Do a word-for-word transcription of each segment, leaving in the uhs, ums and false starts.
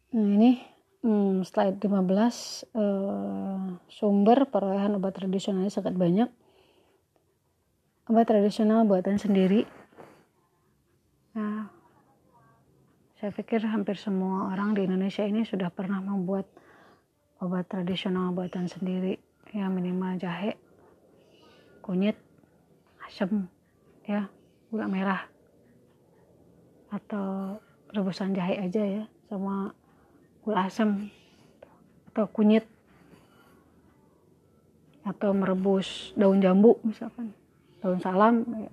Nah ini hmm, slide lima belas, eh, sumber perolehan obat tradisional sangat banyak. Obat tradisional buatan sendiri. Nah, saya pikir hampir semua orang di Indonesia ini sudah pernah membuat obat tradisional buatan sendiri. Ya minimal jahe, kunyit, asam, ya gula merah, atau rebusan jahe aja ya, sama gula asam atau kunyit, atau merebus daun jambu misalkan, daun salam, ya.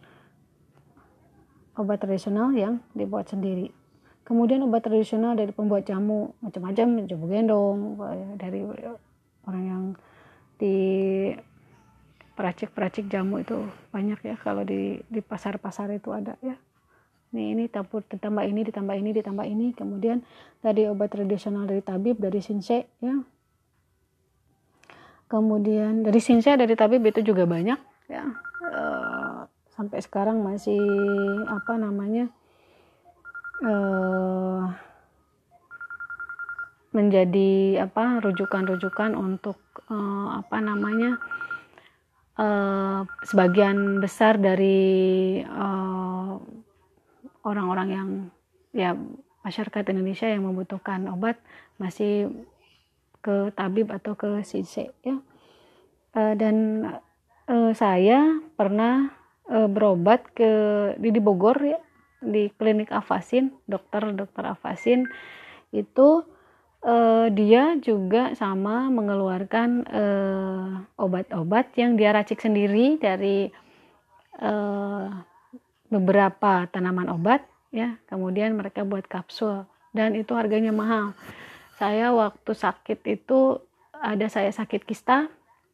Obat tradisional yang dibuat sendiri. Kemudian obat tradisional dari pembuat jamu macam-macam, jamu gendong dari orang yang di peracik-peracik jamu itu banyak ya, kalau di di pasar-pasar itu ada ya. Nih ini campur ditambah ini ditambah ini ditambah ini. Kemudian tadi obat tradisional dari tabib, dari Shinsei ya. Kemudian dari Shinsei, dari tabib itu juga banyak ya. E, sampai sekarang masih apa namanya e, menjadi apa rujukan-rujukan untuk e, apa namanya e, sebagian besar dari e, orang-orang yang ya masyarakat Indonesia yang membutuhkan obat masih ke tabib atau ke Shinsei ya. E, dan e, saya pernah e, berobat ke di, di Bogor ya, di klinik Afasin, dokter dokter Afasin itu e, dia juga sama mengeluarkan e, obat-obat yang dia racik sendiri dari e, beberapa tanaman obat ya, kemudian mereka buat kapsul dan itu harganya mahal. Saya waktu sakit itu ada saya sakit kista,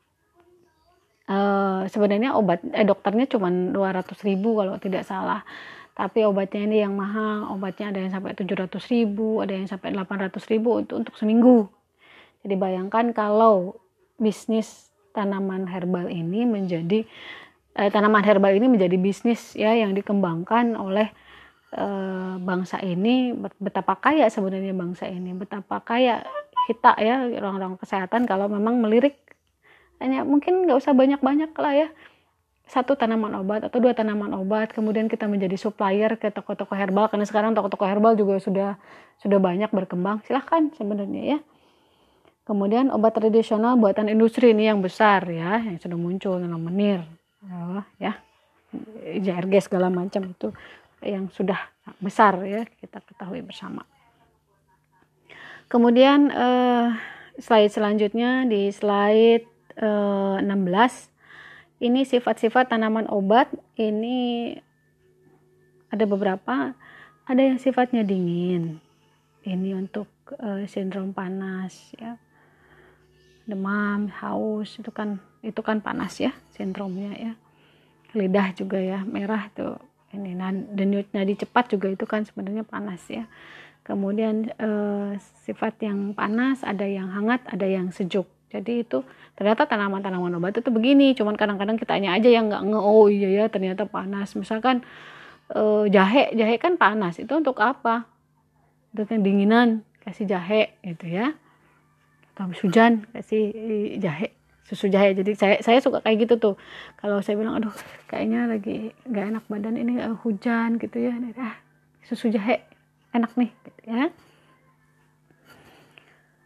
e, sebenarnya obat eh, dokternya cuma dua ratus ribu kalau tidak salah, tapi obatnya ini yang mahal. Obatnya ada yang sampai tujuh ratus ribu, ada yang sampai delapan ratus ribu itu untuk seminggu. Jadi bayangkan kalau bisnis tanaman herbal ini menjadi Eh, tanaman herbal ini menjadi bisnis ya yang dikembangkan oleh eh, bangsa ini. Betapa kaya sebenarnya bangsa ini, betapa kaya kita ya orang-orang kesehatan kalau memang melirik hanya mungkin nggak usah banyak-banyak lah ya, satu tanaman obat atau dua tanaman obat, kemudian kita menjadi supplier ke toko-toko herbal, karena sekarang toko-toko herbal juga sudah sudah banyak berkembang. Silahkan sebenarnya ya. Kemudian obat tradisional buatan industri ini yang besar ya, yang sudah muncul dalam menir. Oh, ya J R G segala macam itu yang sudah besar ya, kita ketahui bersama. Kemudian eh, slide selanjutnya di slide eh, enam belas ini sifat-sifat tanaman obat. Ini ada beberapa, ada yang sifatnya dingin, ini untuk eh, sindrom panas ya, demam, haus, itu kan itu kan panas ya sindromnya ya. Lidah juga ya merah tuh, ini denyut nadi cepat juga itu kan sebenarnya panas ya. Kemudian eh, sifat yang panas, ada yang hangat, ada yang sejuk. Jadi itu ternyata tanaman-tanaman obat itu begini, cuman kadang-kadang kitanya aja yang nggak nge oh iya ya ternyata panas. Misalkan eh, jahe jahe kan panas, itu untuk apa? Untuk yang dinginan kasih jahe gitu ya. Habis hujan kasih jahe, susu jahe. Jadi saya saya suka kayak gitu tuh. Kalau saya bilang aduh kayaknya lagi nggak enak badan ini uh, hujan gitu ya, ah susu jahe enak nih gitu ya.